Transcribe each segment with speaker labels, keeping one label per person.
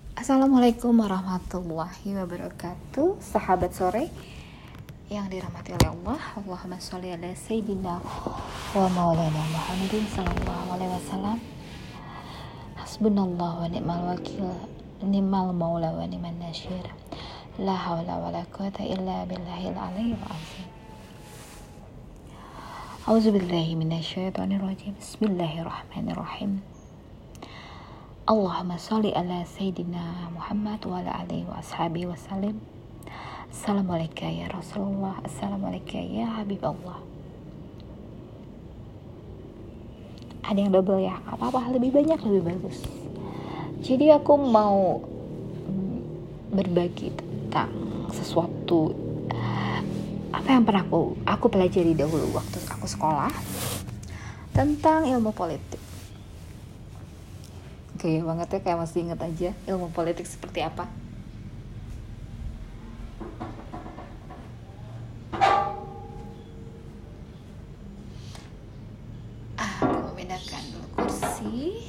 Speaker 1: Assalamualaikum warahmatullahi wabarakatuh. Sahabat sore yang dirahmati oleh Allah. Allahumma sholli ala sayyidina wa maulana Muhammadin sallallahu alaihi wasallam. Hasbunallah wa ni'mal wakil, ni'mal maula wa ni'man nasyir. La haula wa la quwata illa billahil aliyyil azim. A'udzubillahi minasyaitonir rajim. Bismillahirrahmanirrahim. Allahumma sholli ala sayyidina Muhammad wa ala alihi wa ashabihi wa salim. Assalamualaikum ya Rasulullah. Assalamualaikum ya Habib Allah. Ada yang double ya, apa-apa, lebih banyak lebih bagus. Jadi aku mau berbagi tentang sesuatu apa yang pernah aku pelajari dahulu waktu aku sekolah tentang ilmu politik. Kayak banget ya, kayak masih inget aja ilmu politik seperti apa. Aku memindahkan dulu kursi.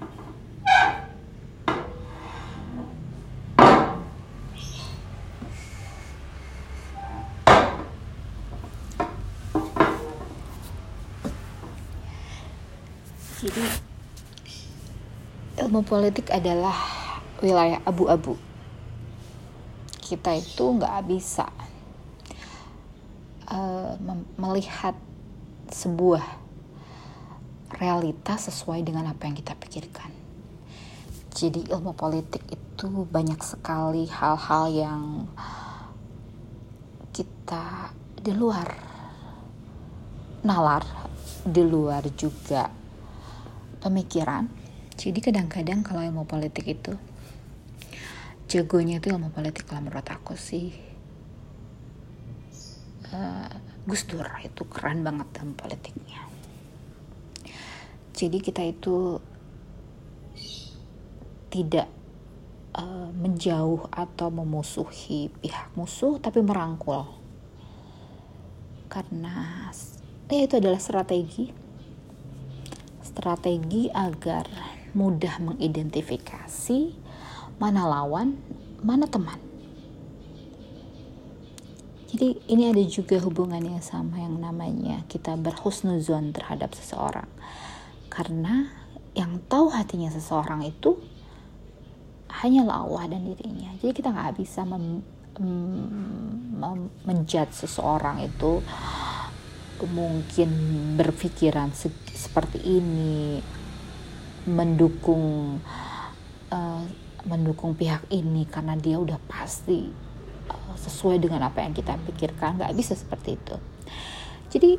Speaker 1: Jadi ilmu politik adalah wilayah abu-abu. Kita itu nggak bisa melihat sebuah realitas sesuai dengan apa yang kita pikirkan. Jadi ilmu politik itu banyak sekali hal-hal yang kita di luar nalar, di luar juga pemikiran. Jadi kadang-kadang kalau ilmu politik itu jagonya itu ilmu politik, kalau menurut aku sih Gus Dur itu keren banget ilmu politiknya. Jadi kita itu tidak menjauh atau memusuhi pihak musuh, tapi merangkul, karena ya itu adalah strategi agar mudah mengidentifikasi mana lawan, mana teman. Jadi ini ada juga hubungannya sama yang namanya kita berhusnuzon terhadap seseorang. Karena yang tahu hatinya seseorang itu hanyalah Allah dan dirinya. Jadi kita gak bisa menjudge seseorang itu mungkin berpikiran seperti ini, mendukung pihak ini karena dia udah pasti sesuai dengan apa yang kita pikirkan. Nggak bisa seperti itu. Jadi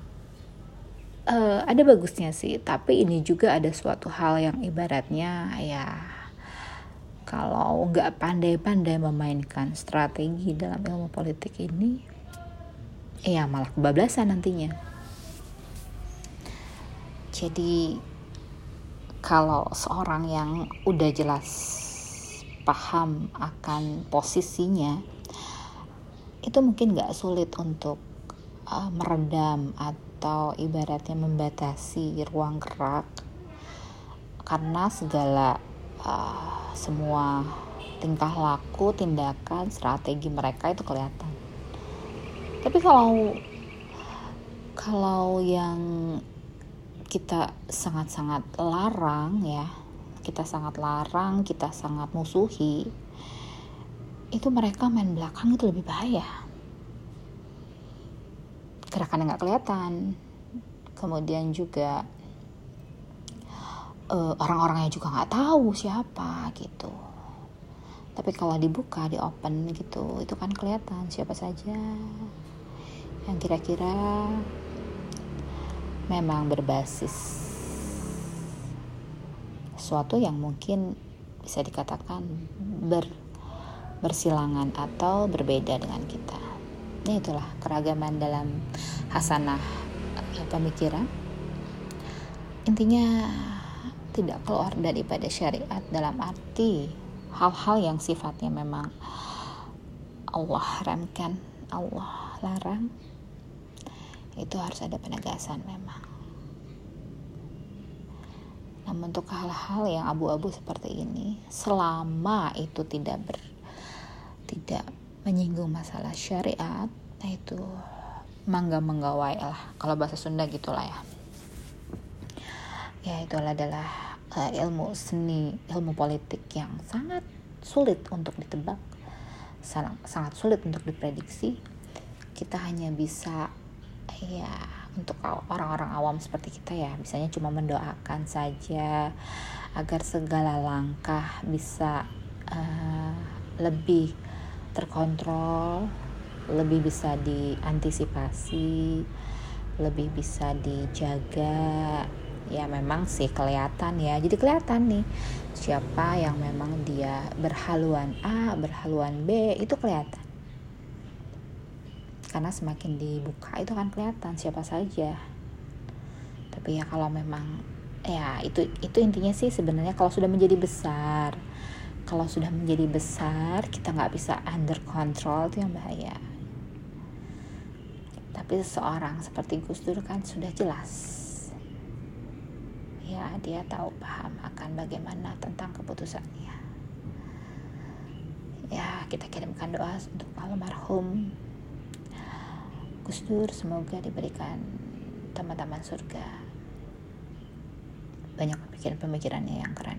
Speaker 1: ada bagusnya sih, tapi ini juga ada suatu hal yang ibaratnya ya, kalau nggak pandai-pandai memainkan strategi dalam ilmu politik ini, ya malah kebablasan nantinya. Jadi kalau seorang yang udah jelas paham akan posisinya, itu mungkin gak sulit untuk meredam atau ibaratnya membatasi ruang gerak, karena semua tingkah laku, tindakan, strategi mereka itu kelihatan. Tapi kalau yang kita sangat-sangat larang ya, kita sangat musuhi, itu mereka main belakang itu lebih bahaya. Gerakannya nggak kelihatan, kemudian juga orang-orangnya juga nggak tahu siapa gitu. Tapi kalau dibuka, di open gitu, itu kan kelihatan siapa saja yang kira-kira memang berbasis sesuatu yang mungkin bisa dikatakan bersilangan atau berbeda dengan kita. Ini itulah keragaman dalam hasanah pemikiran. Intinya tidak keluar daripada syariat dalam arti hal-hal yang sifatnya memang Allah haramkan, Allah larang. Itu harus ada penegasan memang. Namun untuk hal-hal yang abu-abu seperti ini, selama itu tidak menyinggung masalah syariat, nah itu mangga menggawai lah, kalau bahasa Sunda gitulah ya. Ya itu adalah ilmu seni, ilmu politik yang sangat sulit untuk ditebak, sangat sulit untuk diprediksi. Kita hanya bisa ya, untuk orang-orang awam seperti kita ya, bisanya cuma mendoakan saja agar segala langkah bisa lebih terkontrol, lebih bisa diantisipasi, lebih bisa dijaga. Ya memang sih kelihatan ya, jadi kelihatan nih siapa yang memang dia berhaluan A, berhaluan B, itu kelihatan. Karena semakin dibuka itu kan kelihatan siapa saja. Tapi ya kalau memang ya itu intinya sih sebenarnya, kalau sudah menjadi besar, kita nggak bisa under control, itu yang bahaya. Tapi seseorang seperti Gus Dur kan sudah jelas ya, dia tahu paham akan bagaimana tentang keputusannya. Ya kita kirimkan doa untuk almarhum Gus Dur, semoga diberikan teman-teman surga, banyak pemikirannya yang keren.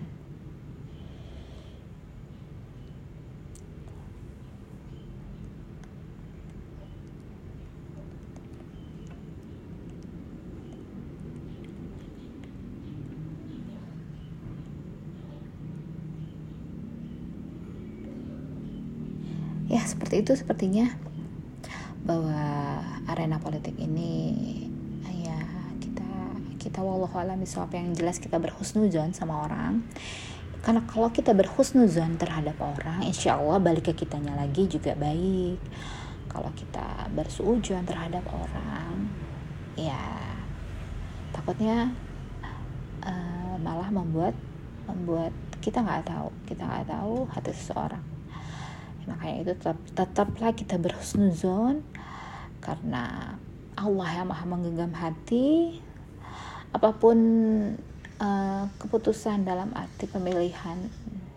Speaker 1: Ya seperti itu sepertinya, bahwa arena politik ini ya kita wallahu a'lam bishawab, yang jelas kita berhusnuzon sama orang. Karena kalau kita berhusnuzon terhadap orang, insya Allah balik ke kitanya lagi juga baik. Kalau kita bersuudzon terhadap orang, ya takutnya malah membuat kita nggak tahu hati seseorang. Makanya itu tetaplah kita berhusnuzon, karena Allah yang maha menggenggam hati. Apapun keputusan dalam arti pemilihan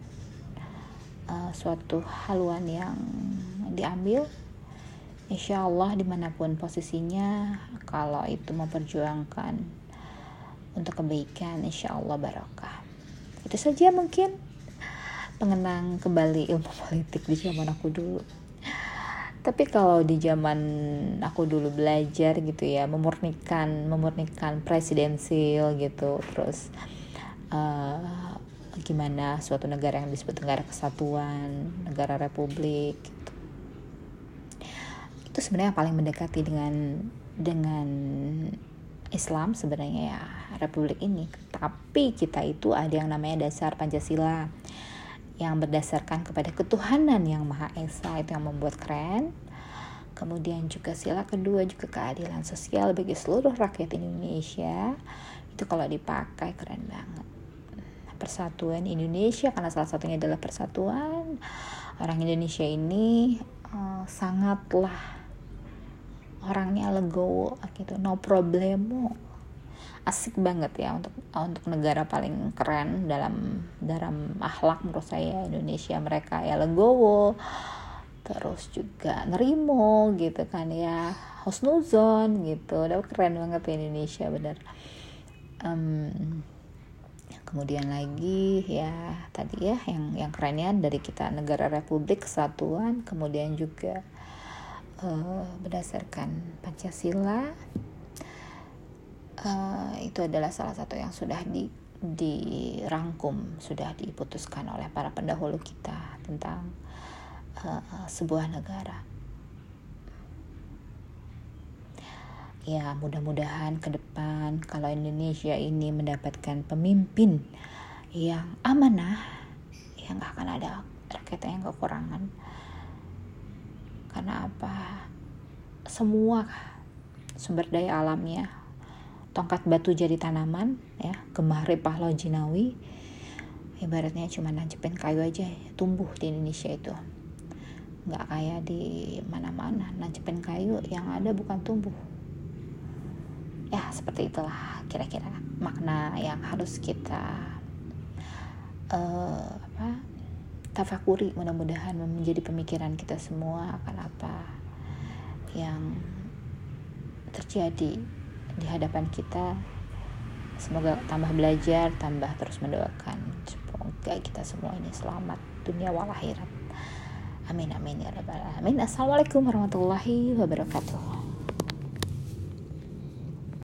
Speaker 1: suatu haluan yang diambil, insya Allah dimanapun posisinya, kalau itu memperjuangkan untuk kebaikan, insya Allah barokah. Itu saja mungkin mengenang kembali ilmu politik di zaman aku dulu. Tapi kalau di zaman aku dulu belajar gitu ya, memurnikan presidensil gitu, terus gimana suatu negara yang disebut negara kesatuan, negara republik gitu. Itu sebenarnya paling mendekati dengan Islam sebenarnya ya, republik ini. Tapi kita itu ada yang namanya dasar Pancasila, yang berdasarkan kepada ketuhanan yang Maha Esa, itu yang membuat keren. Kemudian juga sila kedua juga keadilan sosial bagi seluruh rakyat Indonesia, itu kalau dipakai keren banget. Persatuan Indonesia, karena salah satunya adalah persatuan orang Indonesia ini sangatlah orangnya legowo gitu, no problemo. Asik banget ya untuk negara paling keren dalam akhlak menurut saya Indonesia. Mereka ya legowo, terus juga nerimo gitu kan ya, husnuzon gitu. Udah keren banget ya Indonesia benar. Kemudian lagi ya tadi ya yang kerennya dari kita negara republik kesatuan, kemudian juga berdasarkan Pancasila. Itu adalah salah satu yang sudah dirangkum, sudah diputuskan oleh para pendahulu kita tentang sebuah negara. Ya mudah-mudahan ke depan kalau Indonesia ini mendapatkan pemimpin yang amanah, ya gak akan ada rakyat yang kekurangan. Karena apa? Semua sumber daya alamnya, tongkat batu jadi tanaman ya, gemari pahlaw jinawi, ibaratnya cuma nancepin kayu aja tumbuh di Indonesia itu. Nggak kayak di mana-mana nancepin kayu yang ada bukan tumbuh. Ya seperti itulah kira-kira makna yang harus kita tafakuri, mudah-mudahan menjadi pemikiran kita semua akan apa yang terjadi di hadapan kita. Semoga tambah belajar, tambah terus mendoakan semoga kita semua ini selamat dunia wal akhirat. Amin amin ya rabbal alamin. Assalamualaikum warahmatullahi wabarakatuh.